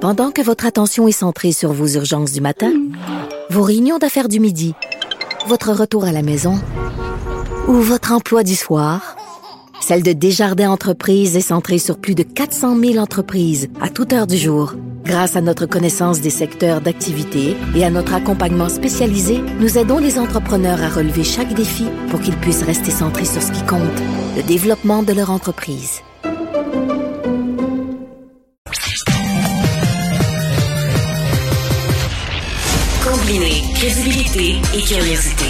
Pendant que votre attention est centrée sur vos urgences du matin, vos réunions d'affaires du midi, votre retour à la maison ou votre emploi du soir, celle de Desjardins Entreprises est centrée sur plus de 400 000 entreprises à toute heure du jour. Grâce à notre connaissance des secteurs d'activité et à notre accompagnement spécialisé, nous aidons les entrepreneurs à relever chaque défi pour qu'ils puissent rester centrés sur ce qui compte, le développement de leur entreprise. Combiner crédibilité et curiosité.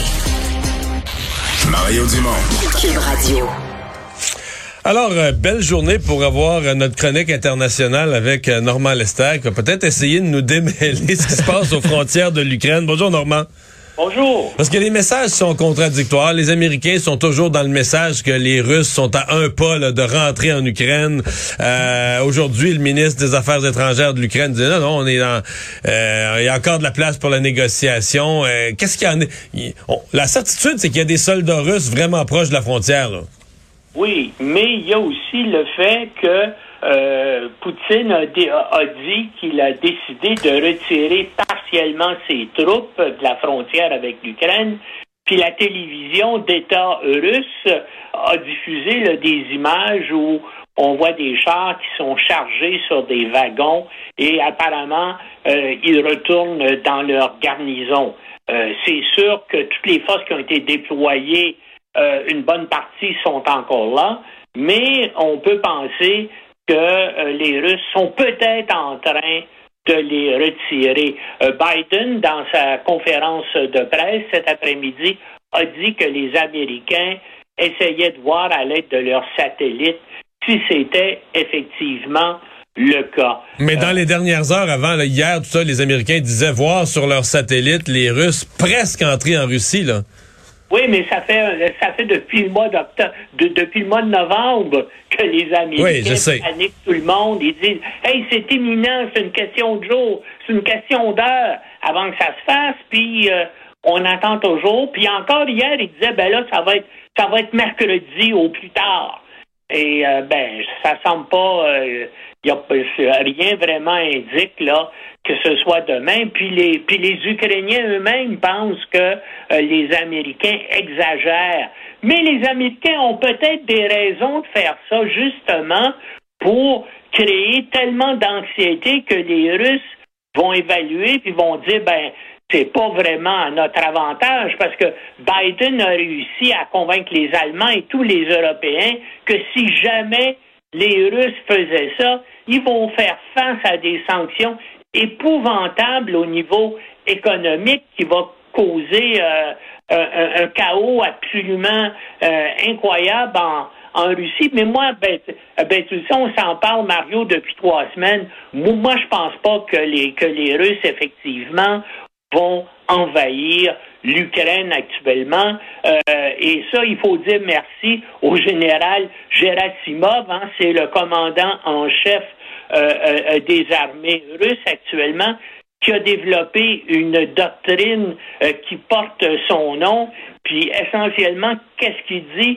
Mario Dumont. Cube Radio. Alors, belle journée pour avoir notre chronique internationale avec Normand Lester, qui va peut-être essayer de nous démêler ce qui se passe aux frontières de l'Ukraine. Bonjour, Normand. Bonjour. Parce que les messages sont contradictoires. Les Américains sont toujours dans le message que les Russes sont à un pas là, de rentrer en Ukraine. Aujourd'hui, le ministre des Affaires étrangères de l'Ukraine dit non, on est dans... il y a encore de la place pour la négociation. Qu'est-ce qu'il y en a? La certitude, c'est qu'il y a des soldats russes vraiment proches de la frontière, là. Oui, mais il y a aussi le fait que Poutine a dit qu'il a décidé de retirer partiellement ses troupes de la frontière avec l'Ukraine. Puis la télévision d'État russe a diffusé là, des images où on voit des chars qui sont chargés sur des wagons et apparemment ils retournent dans leur garnison. C'est sûr que toutes les forces qui ont été déployées, une bonne partie sont encore là, mais on peut penser que les Russes sont peut-être en train de les retirer. Biden, dans sa conférence de presse cet après-midi, a dit que les Américains essayaient de voir à l'aide de leurs satellites si c'était effectivement le cas. Mais dans les dernières heures, avant, là, hier, tout ça, les Américains disaient voir sur leurs satellites les Russes presque entrés en Russie, là. Oui, mais ça fait depuis le mois d'octobre, depuis le mois de novembre que les Américains paniquent tout le monde. Ils disent, hey, c'est imminent, c'est une question de jour, c'est une question d'heure avant que ça se fasse. Puis on attend toujours. Puis encore hier, ils disaient, ben là, ça va être mercredi au plus tard. Et ça semble pas, rien vraiment indique là que ce soit demain. Puis les Ukrainiens eux-mêmes pensent que les Américains exagèrent. Mais les Américains ont peut-être des raisons de faire ça justement pour créer tellement d'anxiété que les Russes vont évaluer puis vont dire c'est pas vraiment à notre avantage parce que Biden a réussi à convaincre les Allemands et tous les Européens que si jamais les Russes faisaient ça, ils vont faire face à des sanctions épouvantables au niveau économique qui va causer un chaos absolument incroyable en Russie. Mais moi, tu sais, on s'en parle, Mario, depuis 3 semaines. Moi, je pense pas que les Russes, effectivement, vont envahir l'Ukraine actuellement. Et ça, il faut dire merci au général Gerasimov, c'est le commandant en chef des armées russes actuellement, qui a développé une doctrine qui porte son nom. Puis essentiellement, qu'est-ce qu'il dit,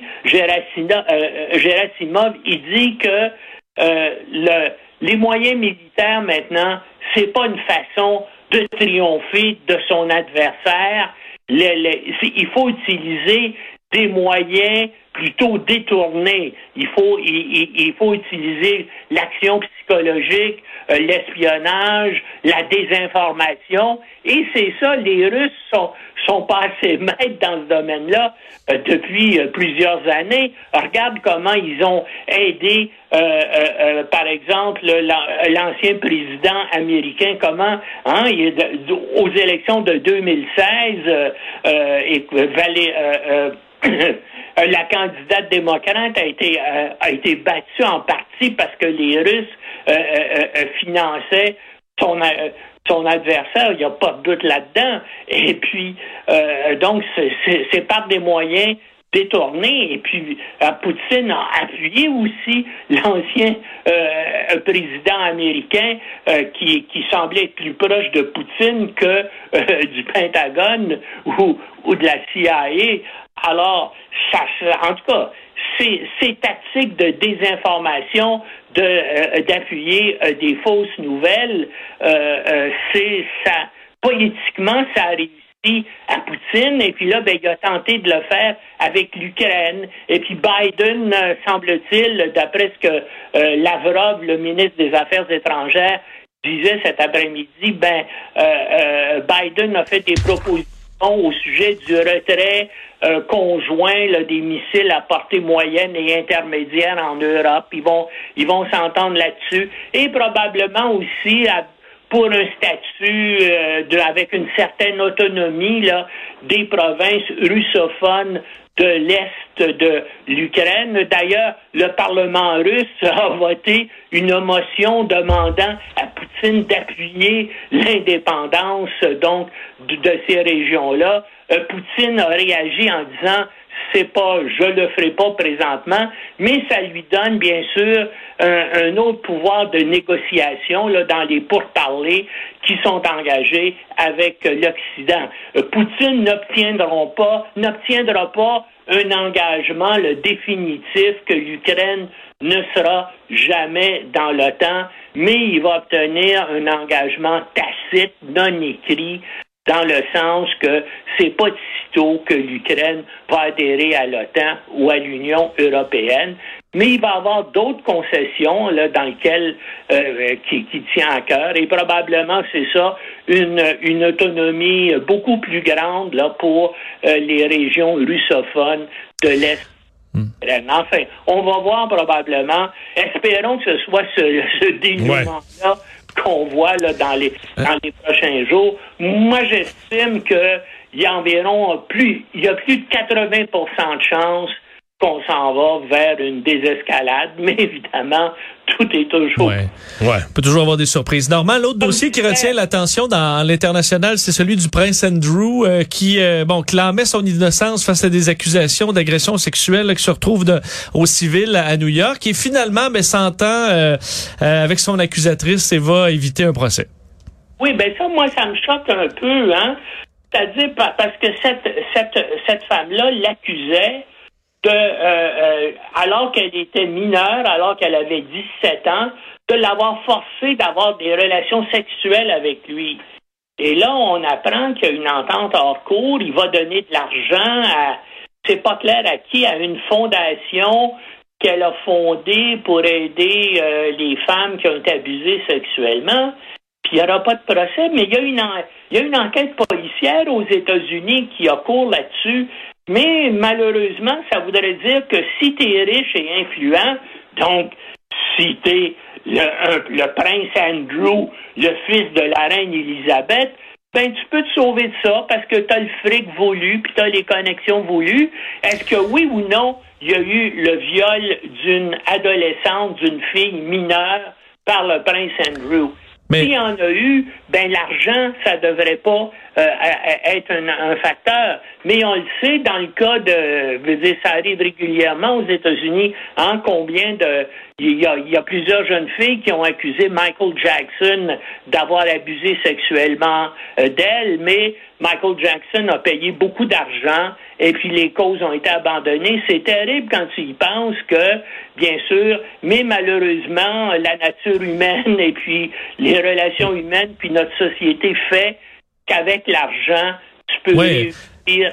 Gerasimov? Il dit que les moyens militaires maintenant, c'est pas une façon de triompher de son adversaire. Il faut utiliser des moyens plutôt détournés. Il faut utiliser l'action psychologique, l'espionnage, la désinformation. Et c'est ça, les Russes sont pas assez maîtres dans ce domaine-là depuis plusieurs années. Regarde comment ils ont aidé, par exemple, l'ancien président américain, comment, aux élections de 2016, la candidate démocrate a été battue en partie parce que les Russes finançaient son adversaire. Il n'y a pas de doute là-dedans. Et puis, donc, c'est par des moyens détournés. Et puis, Poutine a appuyé aussi l'ancien président américain qui semblait être plus proche de Poutine que du Pentagone ou de la CIA. Alors, en tout cas, ces tactiques de désinformation, d'appuyer des fausses nouvelles. C'est ça. Politiquement, ça a réussi à Poutine, et puis là, il a tenté de le faire avec l'Ukraine. Et puis Biden, semble-t-il, d'après ce que Lavrov, le ministre des Affaires étrangères, disait cet après-midi, Biden a fait des propositions au sujet du retrait conjoint là, des missiles à portée moyenne et intermédiaire en Europe. Ils vont s'entendre là-dessus. Et probablement aussi pour un statut avec une certaine autonomie là, des provinces russophones de l'Est de l'Ukraine. D'ailleurs, le Parlement russe a voté une motion demandant à Poutine d'appuyer l'indépendance donc de ces régions-là. Poutine a réagi en disant je le ferai pas présentement, mais ça lui donne bien sûr un autre pouvoir de négociation là, dans les pourparlers qui sont engagés avec l'Occident. Poutine n'obtiendra pas un engagement définitif que l'Ukraine ne sera jamais dans l'OTAN, mais il va obtenir un engagement tacite, non écrit, dans le sens que c'est pas de sitôt que l'Ukraine va adhérer à l'OTAN ou à l'Union européenne, mais il va y avoir d'autres concessions là, dans lesquelles qui tient à cœur, et probablement c'est ça, une autonomie beaucoup plus grande là, pour les régions russophones de l'Est. Enfin, on va voir probablement, espérons que ce soit ce dénouement-là qu'on voit là, dans les prochains jours. Moi, j'estime qu'il y a plus de 80% de chances qu'on s'en va vers une désescalade, mais évidemment, tout est toujours... Ouais. On peut toujours avoir des surprises. Normand, l'autre dossier qui retient l'attention dans l'international, c'est celui du prince Andrew, qui clamait son innocence face à des accusations d'agression sexuelle qui se retrouvent au civil à New York, et finalement s'entend avec son accusatrice et va éviter un procès. Oui, ça, moi, ça me choque un peu, hein. C'est-à-dire parce que cette femme-là l'accusait alors qu'elle était mineure, alors qu'elle avait 17 ans, de l'avoir forcé d'avoir des relations sexuelles avec lui. Et là, on apprend qu'il y a une entente hors cours, il va donner de l'argent c'est pas clair à qui, à une fondation qu'elle a fondée pour aider les femmes qui ont été abusées sexuellement. Puis il n'y aura pas de procès, mais il y a une enquête policière aux États-Unis qui a cours là-dessus. Mais malheureusement, ça voudrait dire que si tu es riche et influent, donc si tu es le prince Andrew, le fils de la reine Élisabeth, tu peux te sauver de ça parce que tu as le fric voulu puis tu as les connexions voulues. Est-ce que oui ou non, il y a eu le viol d'une adolescente, d'une fille mineure par le prince Andrew? Mais... S'il y en a eu, l'argent, ça devrait pas être un facteur. Mais on le sait, dans le cas ça arrive régulièrement aux États-Unis, il y a plusieurs jeunes filles qui ont accusé Michael Jackson d'avoir abusé sexuellement d'elle, mais Michael Jackson a payé beaucoup d'argent et puis les causes ont été abandonnées. C'est terrible quand tu y penses que, bien sûr, mais malheureusement, la nature humaine et puis les relations humaines puis notre société fait qu'avec l'argent, tu peux réussir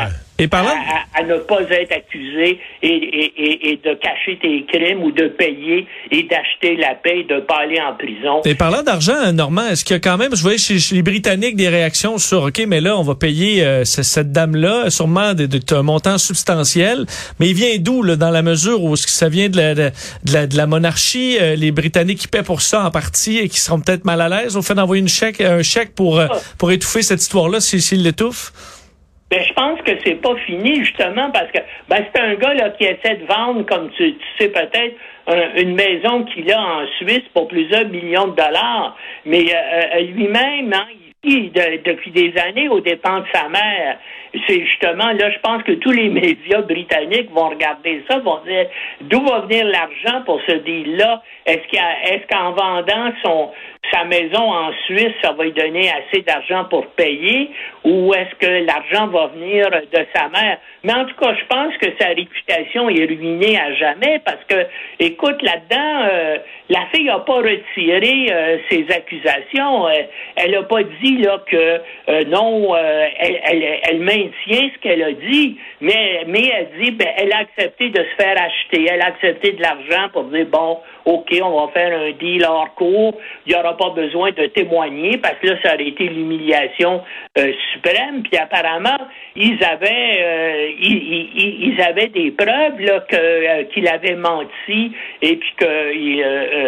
à ne pas être accusé et de cacher tes crimes ou de payer et d'acheter la paix et de ne pas aller en prison. Et parlant d'argent, Normand, est-ce qu'il y a quand même, je voyais chez les Britanniques des réactions sur, OK, mais là, on va payer cette dame-là, sûrement un montant substantiel, mais il vient d'où, là, dans la mesure où ça vient de la monarchie, les Britanniques qui paient pour ça en partie et qui seront peut-être mal à l'aise au fait d'envoyer un chèque pour étouffer cette histoire-là s'ils l'étouffent? Je pense que c'est pas fini, justement, parce que c'est un gars là qui essaie de vendre, comme tu sais peut-être, une maison qu'il a en Suisse pour plusieurs millions de dollars. Mais lui-même, il vit depuis des années aux dépens de sa mère. C'est justement, là, je pense que tous les médias britanniques vont regarder ça, vont dire d'où va venir l'argent pour ce deal-là? Est-ce qu'en vendant sa maison en Suisse, ça va lui donner assez d'argent pour payer, ou est-ce que l'argent va venir de sa mère? Mais en tout cas, je pense que sa réputation est ruinée à jamais parce que, écoute, là-dedans, la fille n'a pas retiré ses accusations. Elle n'a pas dit là que non, elle maintient ce qu'elle a dit, mais elle dit, elle a accepté de se faire acheter, elle a accepté de l'argent pour dire, bon, OK, on va faire un deal hors cours, il n'y aura pas besoin de témoigner parce que là, ça aurait été l'humiliation suprême. Puis apparemment, ils avaient des preuves là qu'il avait menti et puis il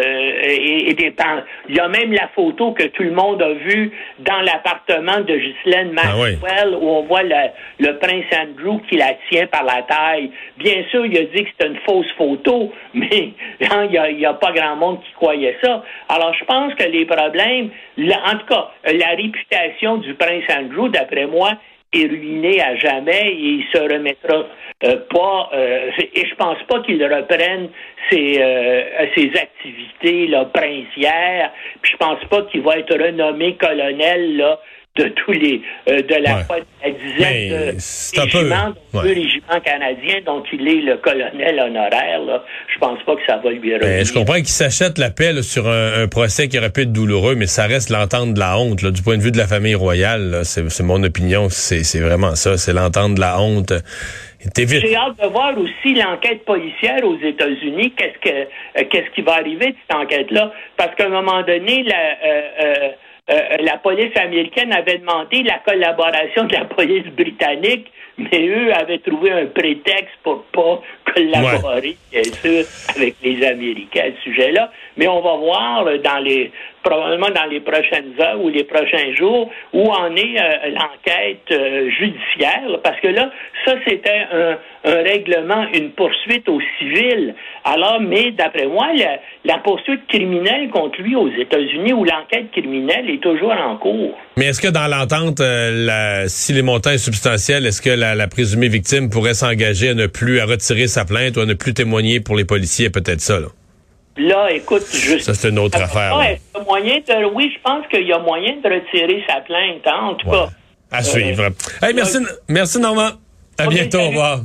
y a même la photo que tout le monde a vue dans l'appartement de Ghislaine Maxwell où on voit le prince Andrew qui la tient par la taille. Bien sûr, il a dit que c'était une fausse photo, mais il y a pas grand monde qui croyait ça. Alors, je pense que les problèmes, en tout cas, la réputation du prince Andrew, d'après moi, est ruiné à jamais et il se remettra pas et je pense pas qu'il reprenne ses activités là princières, puis je pense pas qu'il va être renommé colonel là de tous les de la dizaine de régiments, deux régiments canadiens dont il est le colonel honoraire là. Je pense pas que ça va lui revenir. Je comprends qu'il s'achète la paix là, sur un procès qui aurait pu être douloureux, mais ça reste l'entente de la honte là, du point de vue de la famille royale là, c'est mon opinion, c'est vraiment ça, c'est l'entente de la honte. J'ai hâte de voir aussi l'enquête policière aux États-Unis, qu'est-ce qui va arriver de cette enquête-là, parce qu'à un moment donné, la police américaine avait demandé la collaboration de la police britannique, mais eux avaient trouvé un prétexte pour pas collaborer, bien sûr, avec les Américains à ce sujet-là. Mais on va voir probablement dans les prochaines heures ou les prochains jours où en est l'enquête judiciaire, parce que là, ça c'était un règlement, une poursuite au civil. Alors, mais d'après moi, la poursuite criminelle contre lui aux États-Unis où l'enquête criminelle est toujours en cours. Mais est-ce que dans l'entente, si les montants sont substantiels, est-ce que la présumée victime pourrait s'engager à retirer sa plainte ou à ne plus témoigner pour les policiers? Peut-être ça, là. Là, écoute, ça, c'est une autre affaire. Oui, je pense qu'il y a moyen de retirer sa plainte, hein, en tout cas. À suivre. Hey, merci Normand. À bientôt, au revoir.